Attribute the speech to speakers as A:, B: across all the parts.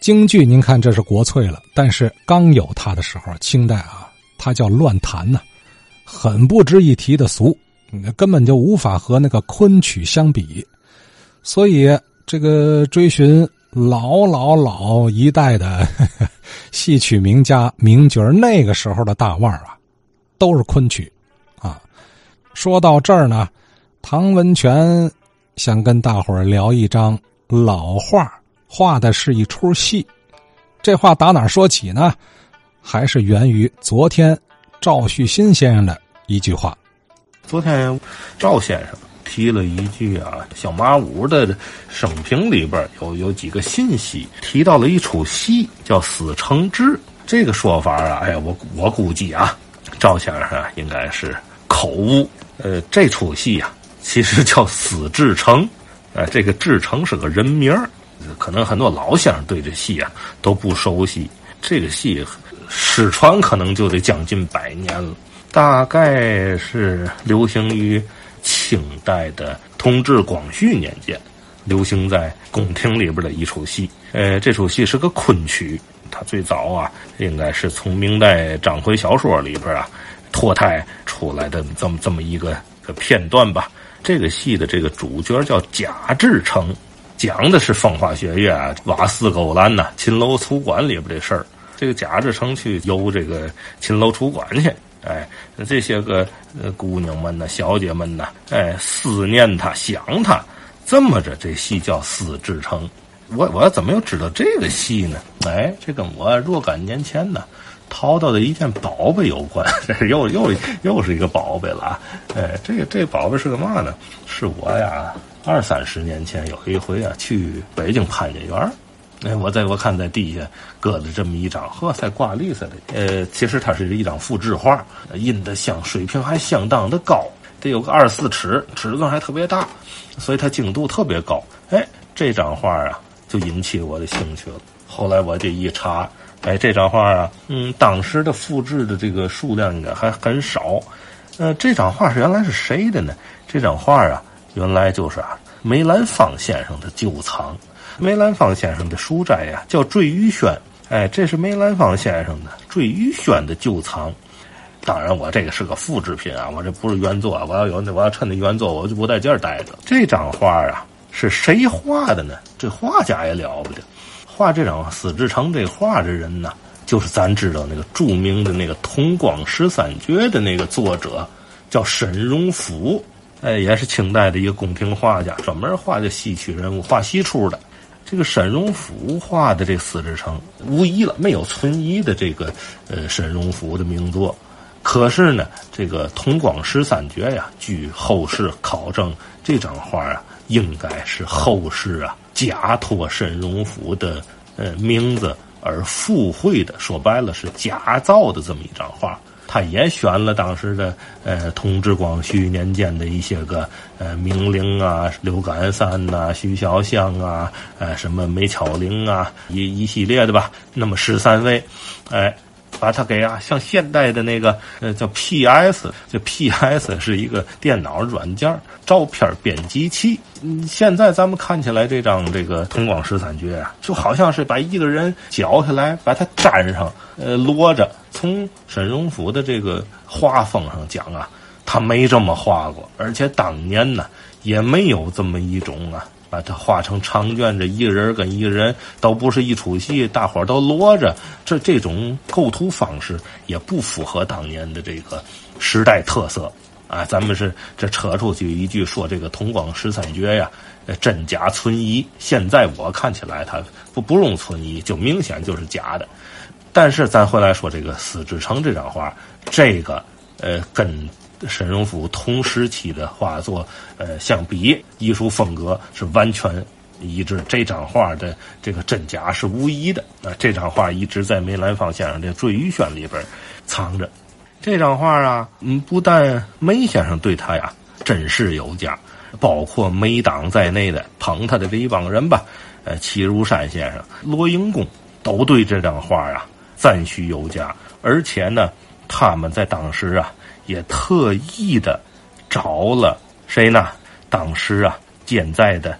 A: 京剧您看这是国粹了，但是刚有它的时候，清代啊，它叫乱弹呢，很不值一提的俗，根本就无法和那个昆曲相比。所以这个追寻老一代的戏曲名家名角，那个时候的大腕啊，都是昆曲啊。说到这儿呢，唐文全想跟大伙儿聊一张老画，画的是一出戏。这话打哪儿说起呢？还是源于昨天赵旭新先生的一句话。
B: 昨天赵先生提了一句啊，小马武的生平里边有几个信息，提到了一出戏叫死承志。这个说法啊，哎呀，我估计啊，赵先生啊应该是口误。这出戏啊其实叫死志诚，这个志诚是个人名，可能很多老先生对这戏啊都不熟悉。这个戏失传可能就得将近100年了，大概是流行于清代的同治、光绪年间，流行在宫廷里边的一出戏。这出戏是个昆曲，它最早啊应该是从明代章回小说里边啊脱胎出来的这么一个片段吧。这个戏的这个主角叫贾志诚，讲的是风花雪月啊、瓦肆勾栏呐、秦楼楚馆里边的事儿。这个贾志诚去游这个秦楼楚馆去，这些个姑娘们呢、小姐们呢，思念他、想他，这么着这戏叫死志诚。我怎么又知道这个戏呢？这跟我若干年前呢淘到的一件宝贝有关，又是一个宝贝了啊！这宝贝是个嘛呢？是我呀20-30年前有一回啊去北京潘家园，我看在地下搁了这么一张，在挂历似的。其实它是一张复制画，印的水平还相当的高，得有个24尺，尺寸还特别大，所以它精度特别高。这张画啊就引起我的兴趣了。后来我这一查，这张画啊，当时的复制的这个数量应该还很少。这张画原来是谁的呢？这张画啊，原来就是梅兰芳先生的旧藏。梅兰芳先生的书斋啊，叫坠玉轩。这是梅兰芳先生的坠玉轩的旧藏。当然，我这个是个复制品啊，我这不是原作啊。我要趁着原作，我就不在这儿待着。这张画啊，是谁画的呢？这画家也了不得。画这张死志诚这画的人呢，就是咱知道那个著名的那个《同光13绝》的那个作者，叫沈荣甫。也是清代的一个宫廷画家，专门画这戏曲人物、画戏出的。这个沈荣甫画的这死志诚无疑了，没有存疑的这个沈荣甫的名作。可是呢，这个《同光13绝》呀，据后世考证，这张画啊，应该是后世啊假托沈荣甫的名字而附会的，说白了是假造的这么一张画。他也选了当时的同治、光绪年间的一些个名伶啊，刘感三呐、徐小香啊，什么梅巧玲啊，一系列的吧，那么13位，把它给像现代的那个叫 PS， 这 PS 是一个电脑软件照片编辑器。现在咱们看起来这张这个《同光13绝》啊，就好像是把一个人绞下来，把它粘上，摞着。从沈荣甫的这个画风上讲啊，他没这么画过，而且当年呢也没有这么一种把它画成长卷，这一个人跟一个人都不是一出戏，大伙儿都摞着，这种构图方式也不符合当年的这个时代特色啊。咱们是这扯出去一句说这个《同光13绝》呀，真假存疑。现在我看起来它不容存疑，就明显就是假的。但是咱回来说这个死志诚这张画，这个跟沈荣甫同时期的画作相比，艺术风格是完全一致。这张画的这个真假是无疑的。这张画一直在梅兰芳先生的坠玉轩里边藏着。这张画啊，不但梅先生对他呀珍视有加，包括梅党在内的捧他的这一帮人吧，齐如山先生、罗应公都对这张画啊赞许有加。而且呢，他们在当时啊也特意的找了谁呢？当时啊健在的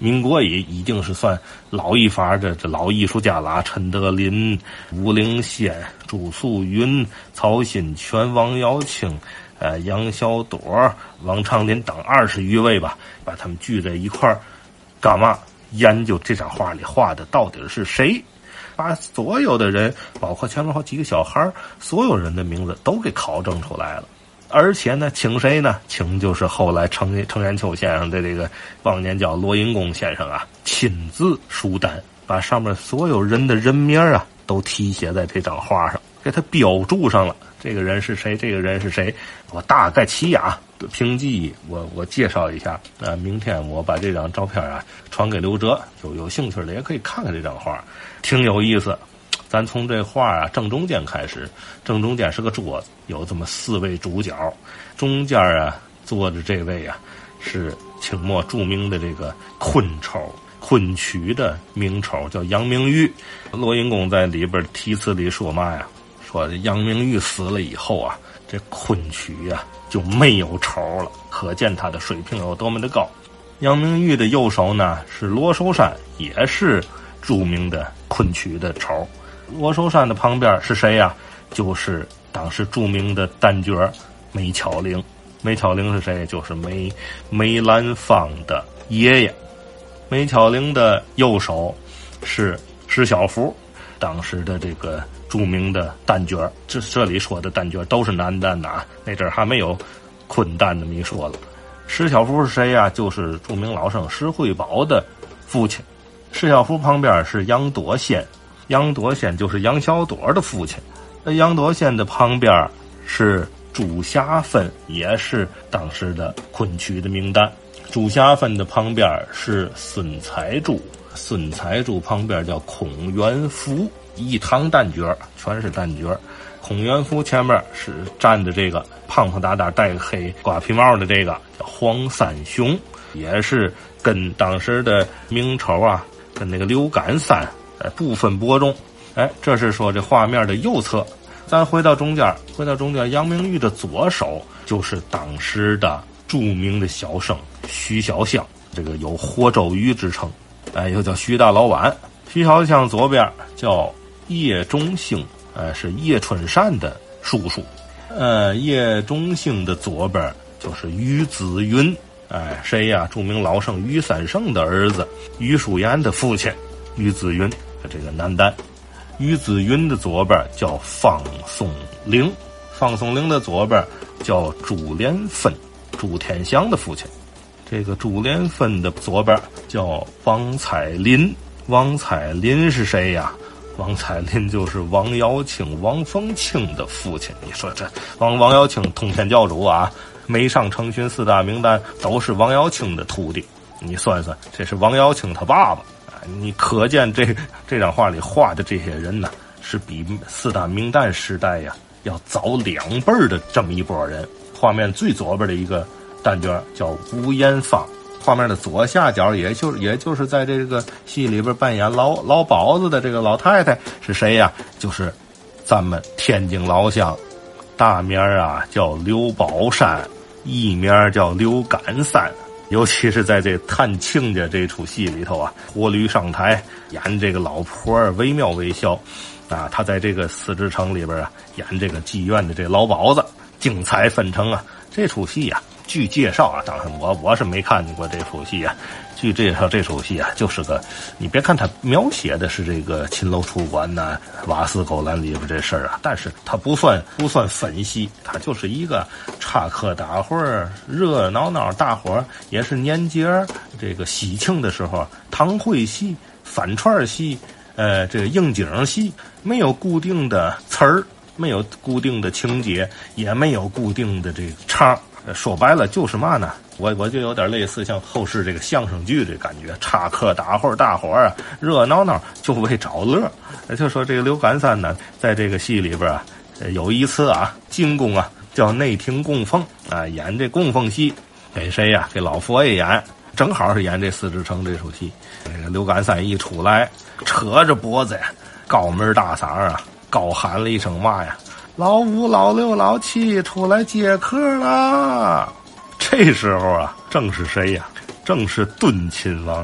B: 民国已经是算老一伐这老艺术家了，陈德霖、吴灵仙、朱素云、曹新全、王耀庆、杨小朵、王长林等20余位吧，把他们聚在一块儿，干嘛研究这张画里画的到底是谁？把所有的人，包括前面好几个小孩，所有人的名字都给考证出来了。而且呢，请谁呢？请就是后来程砚秋先生的这个忘年交罗银公先生啊，亲自书单，把上面所有人的人名啊都题写在这张画上，给他标注上了。这个人是谁？这个人是谁？我大概其呀，凭记忆，我介绍一下。明天我把这张照片啊传给刘哲，有兴趣的也可以看看这张画，挺有意思。咱从这画啊正中间开始，正中间是个桌子，有这么4位主角，中间啊坐着这位啊是清末著名的这个昆曲的名丑，叫杨明玉。罗银公在里边题词里说嘛呀，说杨明玉死了以后啊，这昆曲啊就没有丑了，可见他的水平有多么的高。杨明玉的右手呢是罗寿山，也是著名的昆曲的丑。罗寿山的旁边是谁呀？就是当时著名的旦角梅巧玲。梅巧玲是谁？就是梅兰芳的爷爷。梅巧玲的右手是施小福，当时的这个著名的旦角。这里说的旦角都是男旦的啊，那阵儿还没有昆旦这么一说了。施小福是谁呀？就是著名老生施惠宝的父亲。施小福旁边是杨朵仙，杨朵仙就是杨小朵的父亲。杨朵仙的旁边是朱霞芬，也是当时的昆曲的名旦。朱霞芬的旁边是孙彩珠，孙彩珠旁边叫孔元福，一堂旦角，全是旦角。孔元福前面是站着这个胖胖大大戴个黑瓜皮帽的这个叫黄三雄，也是跟当时的名丑啊跟那个刘感三不分伯仲。这是说这画面的右侧。咱回到中间，杨明玉的左手就是当时的著名的小生徐小香，这个有活周瑜之称，又叫徐大老板。徐小香左边叫叶中兴，是叶春善的叔叔。叶中兴的左边就是于子云，谁呀？著名老生于三胜的儿子，于淑妍的父亲，于子云，这个男旦。于子云的左边叫方松龄，方松龄的左边叫朱连芬，朱天祥的父亲。这个朱连芬的左边叫王彩林，王彩林是谁呀？王彩林就是王耀庆、王凤庆的父亲。你说这王耀庆通天教主啊，梅上成群4大名旦都是王耀庆的徒弟，你算算，这是王耀庆他爸爸。你可见这张画里画的这些人呢，是比4大名旦时代呀要早2辈的这么一拨人。画面最左边的一个旦角叫吴艳芳，画面的左下角也就是在这个戏里边扮演老鸨子的这个老太太是谁呀？就是咱们天津老乡，大名啊叫刘宝山，艺名叫刘感三。尤其是在这探亲家这出戏里头啊，活驴上台演这个老婆儿惟妙惟肖啊，他在这个四之城里边啊演这个妓院的这老鸨子，精彩纷呈啊。这出戏啊，据介绍啊，当然我是没看见过这出戏啊。据介绍，这出戏啊，就是个，你别看他描写的是这个秦楼出馆呐、瓦斯勾栏里边这事儿啊，但是他不算分析，他就是一个插科打诨，热热闹闹，大伙儿也是年节这个喜庆的时候，堂会戏、反串戏，这个应景戏，没有固定的词儿，没有固定的情节，也没有固定的这个唱。说白了就是嘛呢？我就有点类似像后世这个相声剧的感觉，插科打诨，大伙儿啊热热闹闹就为找乐。就说这个刘感三呢，在这个戏里边啊，有一次啊进宫啊叫内廷供奉啊，演这供奉戏，给谁呀？给老佛爷演，正好是演这四之城这出戏。这个刘感三一出来，扯着脖子呀，高门大嗓啊，高喊了一声嘛呀：“老五、老六、老七出来接客啦！”这时候啊，正是谁呀？正是敦亲王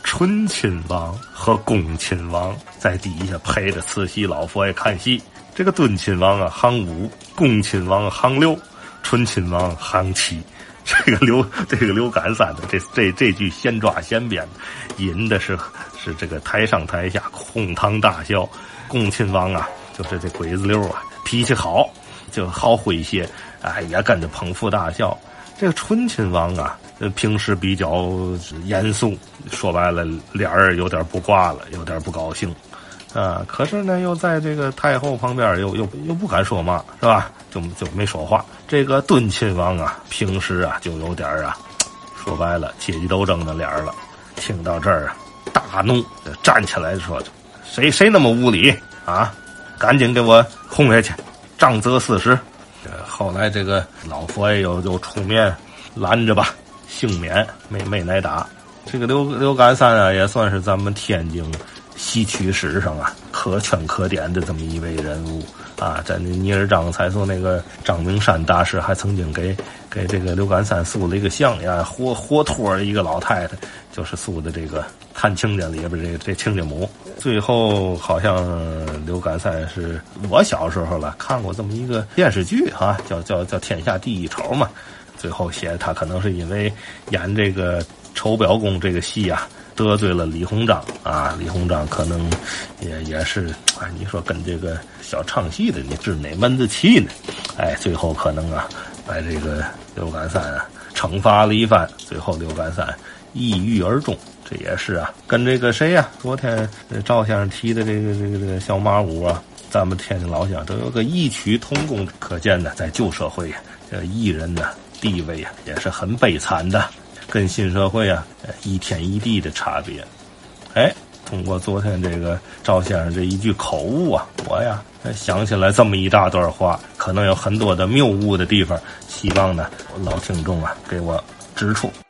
B: 醇亲王和恭亲王在底下陪着慈禧老佛爷看戏。这个敦亲王啊行5，恭亲王行6，醇亲王行7。这个刘感三的这句先抓先编，引的是这个台上台下哄堂大笑。恭亲王啊，就是这鬼子溜啊，脾气好，就好诙谐，也跟着捧腹大笑。这个醇亲王啊，平时比较严肃，说白了脸儿有点不挂了，有点不高兴。可是呢，又在这个太后旁边，又不敢说嘛，是吧？就没说话。这个敦亲王啊，平时啊就有点说白了阶级斗争的脸了。听到这儿啊，大怒，站起来说：“谁那么无礼啊？赶紧给我轰下去，杖责40。”后来这个老佛爷又出面拦着吧，幸免，没挨打。这个刘感三啊，也算是咱们天津戏曲史上啊可圈可点的这么一位人物啊。在尼尔章才说那个张明山大师还曾经给这个刘感三塑了一个像呀，活脱一个老太太，就是塑的这个探亲家里边这亲家母。最后好像刘感三是我小时候了看过这么一个电视剧啊，叫天下第一丑嘛。最后写他可能是因为演这个丑表公这个戏啊，得罪了李鸿章啊。李鸿章可能也是你说跟这个小唱戏的你治哪门子气呢？最后可能啊把这个刘感三啊惩罚了一番，最后刘感三抑郁而终。这也是啊跟这个谁呀，昨天赵先生提的这个小马武啊，咱们天津老乡都有个异曲同工。可见呢，在旧社会这艺人呢地位啊也是很悲惨的，跟新社会啊一天一地的差别。通过昨天这个赵先生这一句口误啊，我呀想起来这么一大段话，可能有很多的谬误的地方，希望呢老听众啊给我指出。